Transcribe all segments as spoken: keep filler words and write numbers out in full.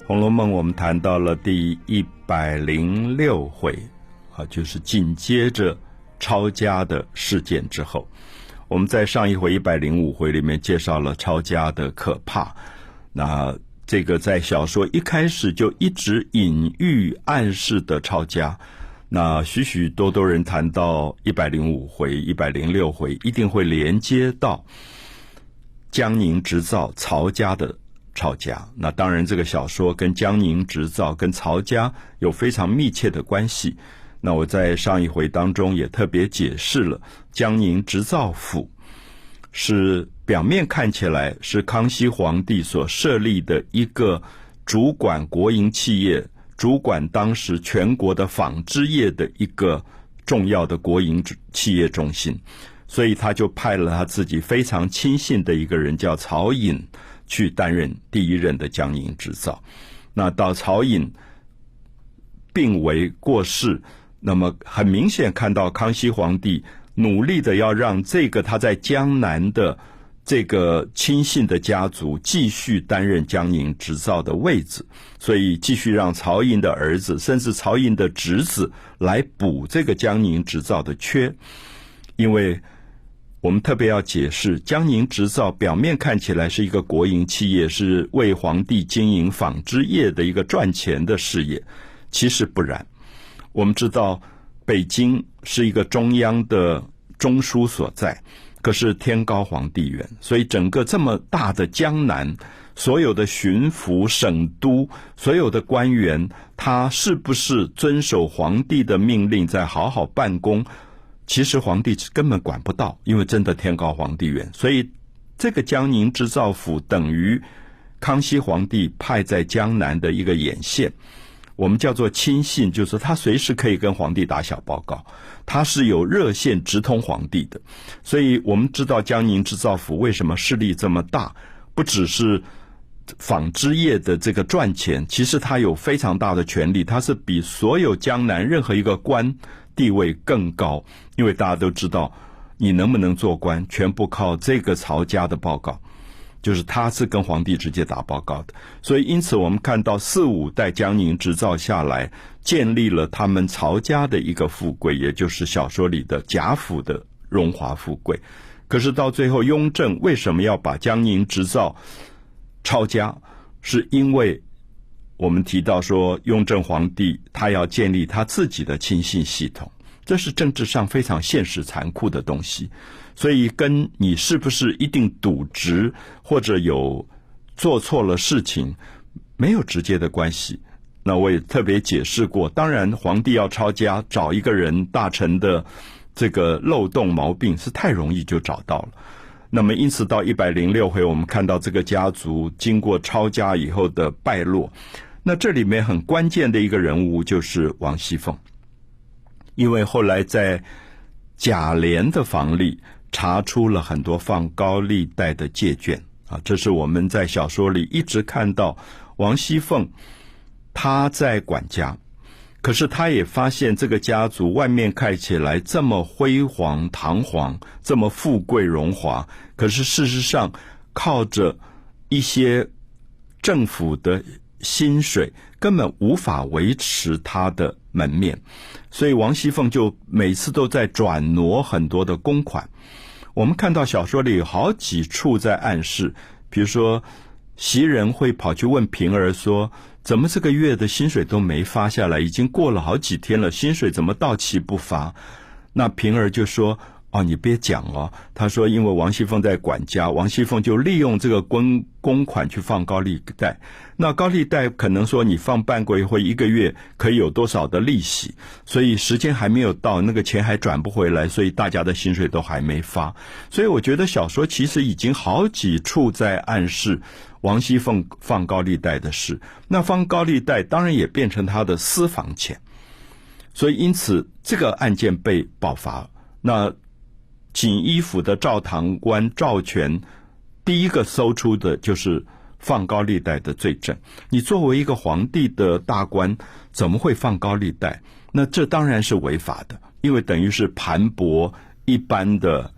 红楼梦我们谈到了第一百零六回啊，就是紧接着抄家的事件之后，我们在上一回一百零五回里面介绍了抄家的可怕。那这个在小说一开始就一直隐喻暗示的抄家，那许许多多人谈到一百零五回一百零六回一定会连接到江宁织造曹家的抄家。那当然这个小说跟江宁织造跟曹家有非常密切的关系。那我在上一回当中也特别解释了，江宁织造府是表面看起来是康熙皇帝所设立的一个主管国营企业，主管当时全国的纺织业的一个重要的国营企业中心，所以他就派了他自己非常亲信的一个人叫曹寅去担任第一任的江宁织造。那到曹寅病危过世，那么很明显看到康熙皇帝努力的要让这个他在江南的这个亲信的家族继续担任江宁织造的位置，所以继续让曹寅的儿子甚至曹寅的侄子来补这个江宁织造的缺。因为我们特别要解释，江宁织造表面看起来是一个国营企业，是为皇帝经营纺织业的一个赚钱的事业，其实不然。我们知道北京是一个中央的中枢所在，可是天高皇帝远，所以整个这么大的江南，所有的巡抚、省督，所有的官员，他是不是遵守皇帝的命令在好好办公，其实皇帝根本管不到，因为真的天高皇帝远。所以这个江宁织造府等于康熙皇帝派在江南的一个眼线，我们叫做亲信，就是他随时可以跟皇帝打小报告，他是有热线直通皇帝的。所以我们知道江宁织造府为什么势力这么大，不只是纺织业的这个赚钱，其实他有非常大的权力，他是比所有江南任何一个官地位更高。因为大家都知道你能不能做官全部靠这个曹家的报告，就是他是跟皇帝直接打报告的。所以因此我们看到四五代江宁织造下来，建立了他们曹家的一个富贵，也就是小说里的贾府的荣华富贵。可是到最后雍正为什么要把江宁织造抄家，是因为我们提到说雍正皇帝他要建立他自己的亲信系统，这是政治上非常现实残酷的东西，所以跟你是不是一定渎职或者有做错了事情没有直接的关系。那我也特别解释过，当然皇帝要抄家，找一个人大臣的这个漏洞毛病是太容易就找到了。那么因此到一百零六回我们看到这个家族经过抄家以后的败落，那这里面很关键的一个人物就是王熙凤。因为后来在贾琏的房里查出了很多放高利贷的借券啊，这是我们在小说里一直看到王熙凤她在管家，可是她也发现这个家族外面看起来这么辉煌堂皇，这么富贵荣华，可是事实上靠着一些政府的薪水根本无法维持他的门面，所以王熙凤就每次都在转挪很多的公款。我们看到小说里有好几处在暗示，比如说袭人会跑去问平儿说，怎么这个月的薪水都没发下来，已经过了好几天了，薪水怎么到期不发？那平儿就说，哦，你别讲哦，他说因为王熙凤在管家，王熙凤就利用这个公公款去放高利贷，那高利贷可能说你放半个月或一个月可以有多少的利息，所以时间还没有到，那个钱还转不回来，所以大家的薪水都还没发。所以我觉得小说其实已经好几处在暗示王熙凤放高利贷的事，那放高利贷当然也变成他的私房钱，所以因此这个案件被爆发。那锦衣府的赵堂官赵全第一个搜出的就是放高利贷的罪证。你作为一个皇帝的大官，怎么会放高利贷？那这当然是违法的，因为等于是盘剥一般的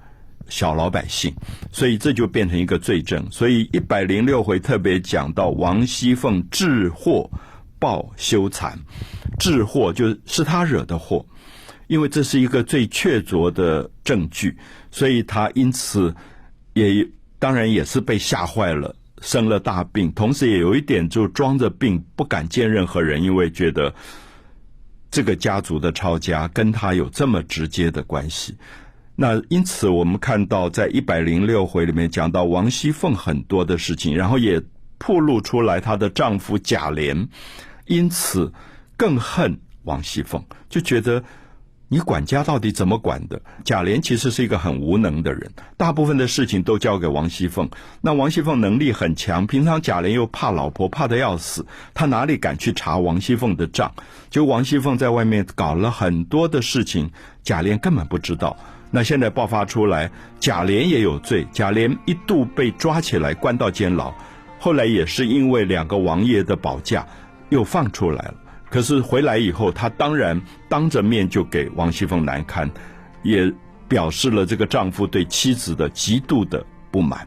小老百姓，所以这就变成一个罪证。所以一百零六回特别讲到王熙凤致祸报羞惭，致祸就是他惹的祸，因为这是一个最确凿的证据，所以他因此也当然也是被吓坏了，生了大病，同时也有一点就装着病不敢见任何人，因为觉得这个家族的抄家跟他有这么直接的关系。那因此我们看到在一百零六回里面讲到王熙凤很多的事情，然后也暴露出来她的丈夫贾琏因此更恨王熙凤，就觉得你管家到底怎么管的？贾琏其实是一个很无能的人，大部分的事情都交给王熙凤。那王熙凤能力很强，平常贾琏又怕老婆，怕得要死，他哪里敢去查王熙凤的账？就王熙凤在外面搞了很多的事情，贾琏根本不知道。那现在爆发出来，贾琏也有罪，贾琏一度被抓起来关到监牢，后来也是因为两个王爷的保驾又放出来了。可是回来以后，他当然当着面就给王熙凤难堪，也表示了这个丈夫对妻子的极度的不满。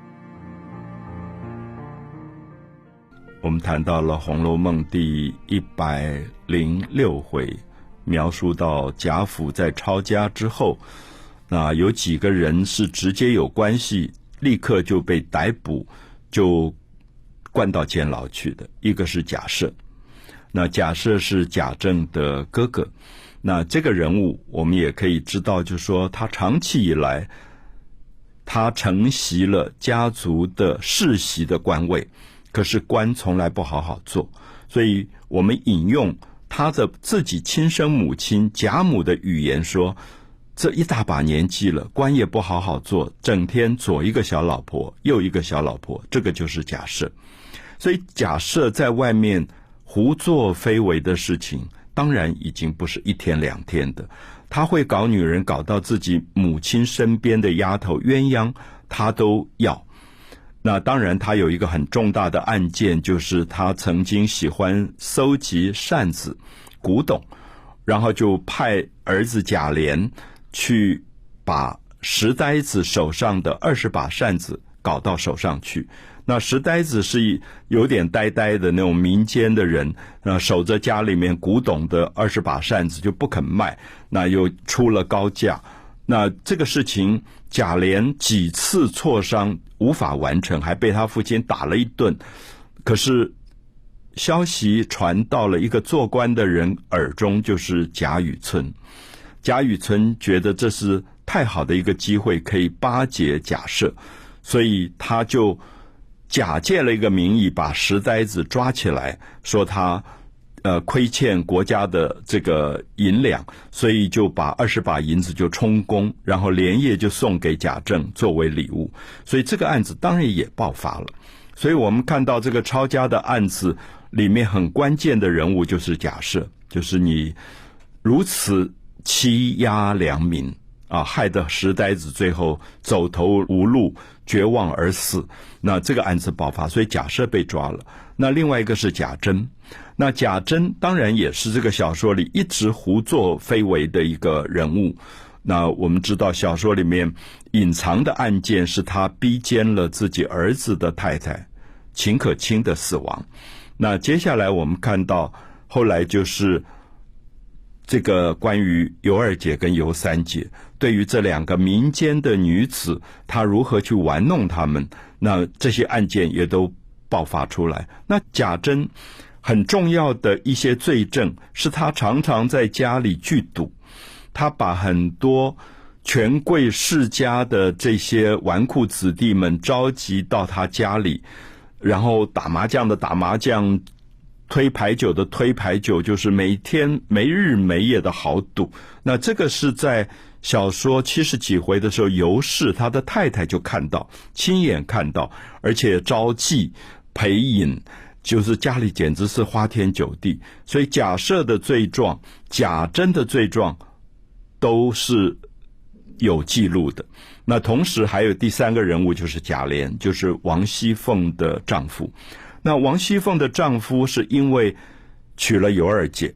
我们谈到了《红楼梦》第一百零六回，描述到贾府在抄家之后，那有几个人是直接有关系，立刻就被逮捕，就关到监牢去的。一个是贾赦，那贾赦是贾政的哥哥，那这个人物我们也可以知道，就是说他长期以来他承袭了家族的世袭的官位，可是官从来不好好做，所以我们引用他的自己亲生母亲贾母的语言说，这一大把年纪了，官也不好好做，整天左一个小老婆右一个小老婆，这个就是贾赦。所以贾赦在外面胡作非为的事情当然已经不是一天两天的，他会搞女人搞到自己母亲身边的丫头鸳鸯他都要。那当然他有一个很重大的案件，就是他曾经喜欢搜集扇子古董，然后就派儿子贾琏去把石呆子手上的二十把扇子搞到手上去。那石呆子是有点呆呆的那种民间的人，那守着家里面古董的二十把扇子就不肯卖，那又出了高价。那这个事情贾琏几次挫伤无法完成，还被他父亲打了一顿。可是消息传到了一个做官的人耳中，就是贾雨村。贾雨村觉得这是太好的一个机会，可以巴结贾赦，所以他就假借了一个名义把石呆子抓起来，说他呃亏欠国家的这个银两，所以就把二十把银子就充公，然后连夜就送给贾政作为礼物。所以这个案子当然也爆发了。所以我们看到这个抄家的案子里面很关键的人物就是贾赦，就是你如此欺压良民啊，害得石呆子最后走投无路，绝望而死。那这个案子爆发，所以贾赦被抓了。那另外一个是贾珍，那贾珍当然也是这个小说里一直胡作非为的一个人物。那我们知道小说里面隐藏的案件是他逼奸了自己儿子的太太秦可卿的死亡。那接下来我们看到后来就是这个关于尤二姐跟尤三姐，对于这两个民间的女子，她如何去玩弄她们，那这些案件也都爆发出来。那贾珍很重要的一些罪证是他常常在家里聚赌，他把很多权贵世家的这些纨绔子弟们召集到他家里，然后打麻将的打麻将，推牌九的推牌九，就是每天没日没夜的豪赌。那这个是在小说七十几回的时候，尤氏他的太太就看到，亲眼看到，而且招妓陪饮，就是家里简直是花天酒地。所以贾赦的罪状，贾珍的罪状都是有记录的。那同时还有第三个人物就是贾琏，就是王熙凤的丈夫。那王熙凤的丈夫是因为娶了尤二姐，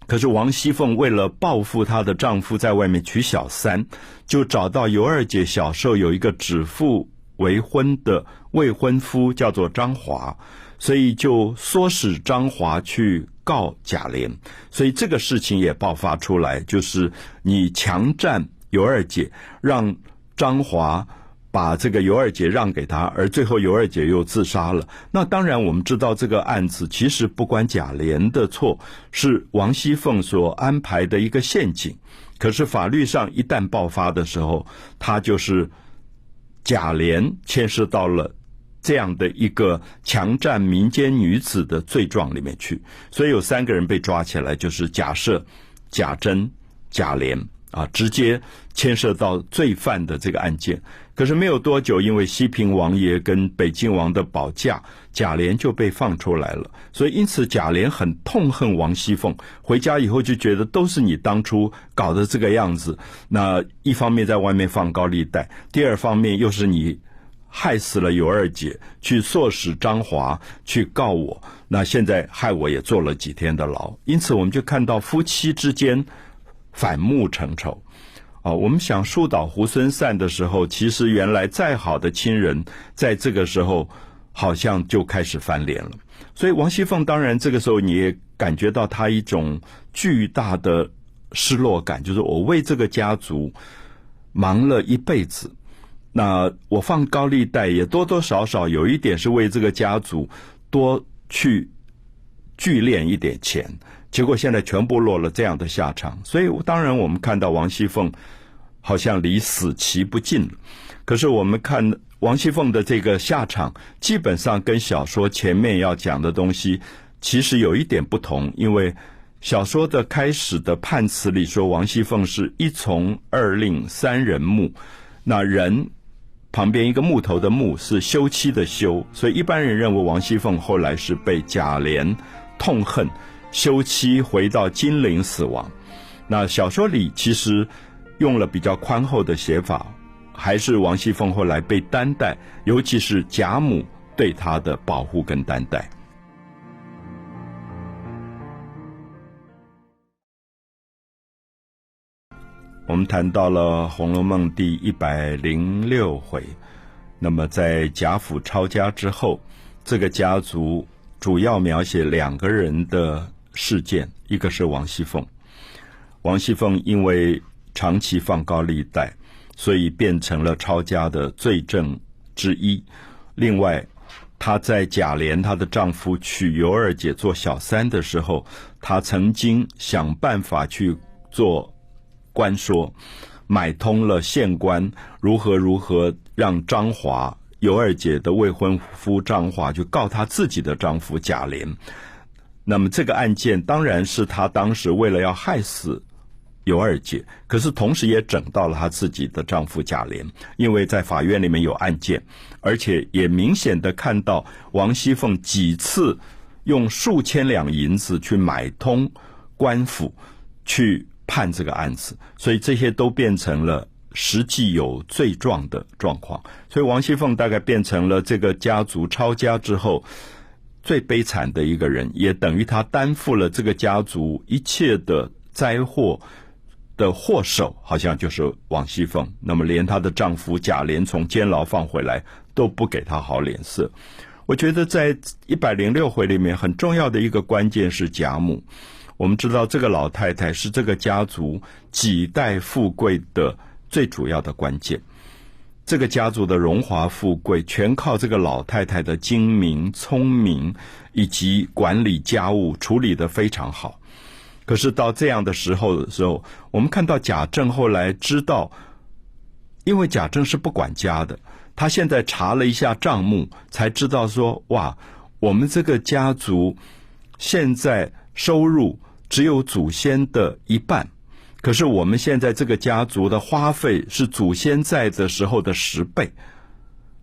可是王熙凤为了报复她的丈夫在外面娶小三，就找到尤二姐小时候有一个指腹为婚的未婚夫叫做张华，所以就唆使张华去告贾琏，所以这个事情也爆发出来，就是你强占尤二姐，让张华把这个尤二姐让给他，而最后尤二姐又自杀了。那当然我们知道这个案子其实不关贾琏的错，是王熙凤所安排的一个陷阱，可是法律上一旦爆发的时候，他就是贾琏牵涉到了这样的一个强占民间女子的罪状里面去，所以有三个人被抓起来，就是贾赦、贾珍、贾琏啊，直接牵涉到罪犯的这个案件。可是没有多久，因为西平王爷跟北静王的保驾，贾琏就被放出来了。所以因此贾琏很痛恨王熙凤，回家以后就觉得都是你当初搞的这个样子，那一方面在外面放高利贷，第二方面又是你害死了尤二姐，去唆使张华去告我，那现在害我也坐了几天的牢。因此我们就看到夫妻之间反目成仇啊！我们想树倒猢狲散的时候，其实原来再好的亲人，在这个时候好像就开始翻脸了。所以王熙凤当然这个时候你也感觉到她一种巨大的失落感，就是我为这个家族忙了一辈子，那我放高利贷也多多少少有一点是为这个家族多去聚敛一点钱，结果现在全部落了这样的下场。所以当然我们看到王熙凤好像离死期不近了，可是我们看王熙凤的这个下场基本上跟小说前面要讲的东西其实有一点不同，因为小说的开始的判词里说王熙凤是一从二令三人木，那人旁边一个木头的木是休妻的休，所以一般人认为王熙凤后来是被贾琏痛恨，休妻回到金陵死亡。那小说里其实用了比较宽厚的写法，还是王熙凤后来被担待，尤其是贾母对她的保护跟担待。我们谈到了《红楼梦》第一百零六回，那么在贾府抄家之后，这个家族主要描写两个人的事件，一个是王熙凤。王熙凤因为长期放高利贷，所以变成了抄家的罪证之一。另外，她在贾琏她的丈夫娶尤二姐做小三的时候，她曾经想办法去做官说，买通了县官，如何如何让张华尤二姐的未婚夫张华去告她自己的丈夫贾琏。那么这个案件当然是她当时为了要害死尤二姐，可是同时也整到了她自己的丈夫贾琏，因为在法院里面有案件，而且也明显的看到王熙凤几次用数千两银子去买通官府去判这个案子，所以这些都变成了实际有罪状的状况。所以王熙凤大概变成了这个家族抄家之后最悲惨的一个人，也等于她担负了这个家族一切的灾祸的祸首，好像就是王熙凤。那么连她的丈夫贾琏从监牢放回来都不给她好脸色。我觉得在一百零六回里面很重要的一个关键是贾母。我们知道这个老太太是这个家族几代富贵的最主要的关键，这个家族的荣华富贵全靠这个老太太的精明聪明以及管理家务处理得非常好。可是到这样的时候的时候，我们看到贾政后来知道，因为贾政是不管家的，他现在查了一下账目，才知道说，哇，我们这个家族现在收入只有祖先的一半，可是我们现在这个家族的花费是祖先在的时候的十倍。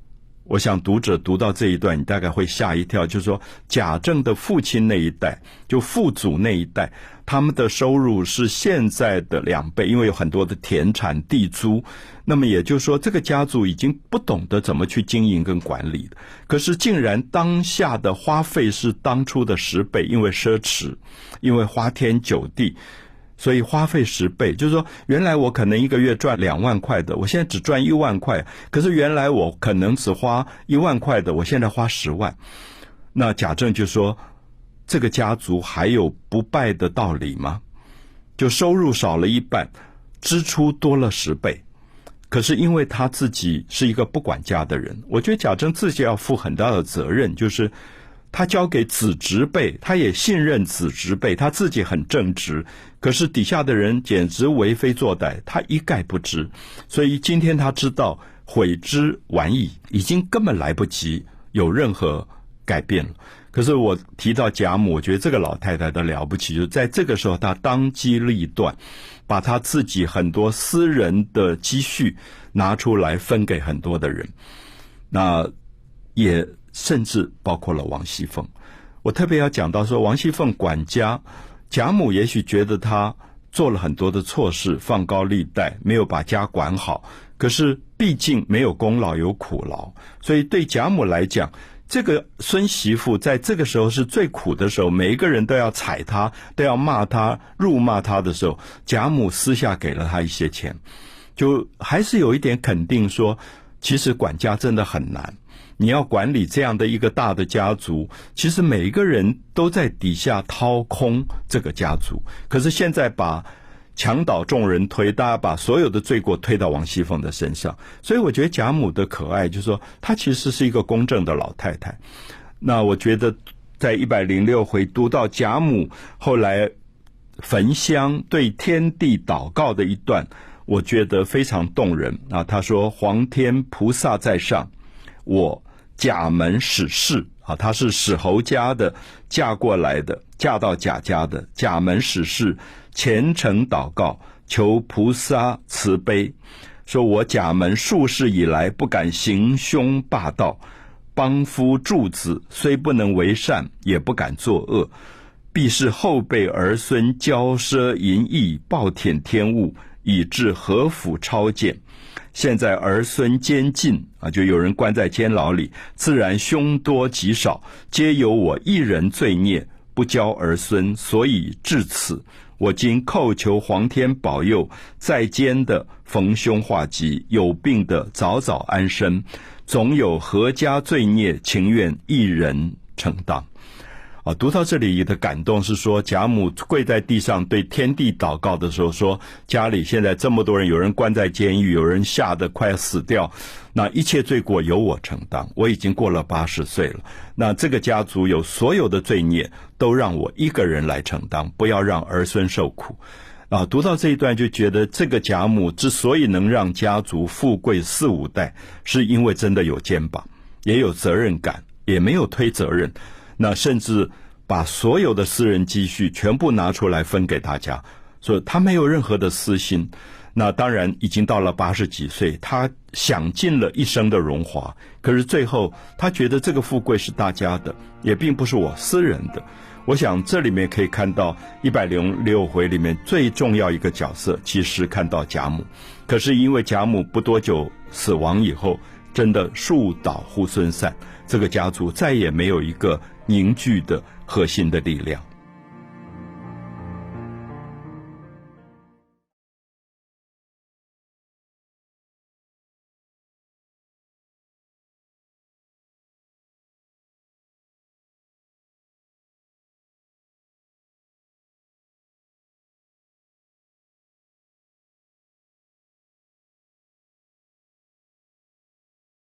我想读者读到这一段，你大概会吓一跳，就是说贾政的父亲那一代，就父祖那一代，他们的收入是现在的两倍，因为有很多的田产地租。那么也就是说，这个家族已经不懂得怎么去经营跟管理了。可是竟然当下的花费是当初的十倍，因为奢侈，因为花天酒地，所以花费十倍。就是说原来我可能一个月赚两万块的，我现在只赚一万块，可是原来我可能只花一万块的，我现在花十万。那贾政就说，这个家族还有不败的道理吗？就收入少了一半，支出多了十倍。可是因为他自己是一个不管家的人，我觉得贾政自己要负很大的责任，就是他交给子侄辈，他也信任子侄辈，他自己很正直，可是底下的人简直为非作歹，他一概不知。所以今天他知道悔之晚矣，已经根本来不及有任何改变了。可是我提到贾母，我觉得这个老太太的了不起，就是在这个时候她当机立断，把她自己很多私人的积蓄拿出来分给很多的人，那也甚至包括了王熙凤。我特别要讲到说，王熙凤管家，贾母也许觉得她做了很多的错事，放高利贷，没有把家管好，可是毕竟没有功劳有苦劳，所以对贾母来讲，这个孙媳妇在这个时候是最苦的时候，每一个人都要踩她，都要骂她，辱骂她的时候，贾母私下给了她一些钱，就还是有一点肯定说，其实管家真的很难，你要管理这样的一个大的家族，其实每一个人都在底下掏空这个家族。可是现在把墙倒众人推，大家把所有的罪过推到王熙凤的身上。所以我觉得贾母的可爱，就是说她其实是一个公正的老太太。那我觉得在一百零六回读到贾母后来焚香对天地祷告的一段，我觉得非常动人啊。她说，皇天菩萨在上，我贾门史氏啊，她是史侯家的，嫁过来的，嫁到贾家的，贾门史氏虔诚祷告，求菩萨慈悲，说我贾门数世以来不敢行凶霸道，帮夫助子，虽不能为善，也不敢作恶，必是后辈儿孙骄奢淫逸，暴殄天物，以致合府超见。现在儿孙监禁啊，就有人关在监牢里，自然凶多吉少，皆由我一人罪孽，不教儿孙，所以至此。我今叩求皇天保佑，在监的逢凶化吉，有病的早早安身，总有阖家罪孽，情愿一人承担。啊，读到这里的感动是说，贾母跪在地上对天地祷告的时候说，家里现在这么多人，有人关在监狱，有人吓得快要死掉，那一切罪过由我承担，我已经过了八十岁了，那这个家族有所有的罪孽都让我一个人来承担，不要让儿孙受苦。啊，读到这一段就觉得，这个贾母之所以能让家族富贵四五代，是因为真的有肩膀，也有责任感，也没有推责任，那甚至把所有的私人积蓄全部拿出来分给大家，所以他没有任何的私心。那当然已经到了八十几岁，他享尽了一生的荣华，可是最后他觉得这个富贵是大家的，也并不是我私人的。我想这里面可以看到一百零六回里面最重要一个角色，其实看到贾母。可是因为贾母不多久死亡以后，真的树倒猢狲散，这个家族再也没有一个凝聚的核心的力量。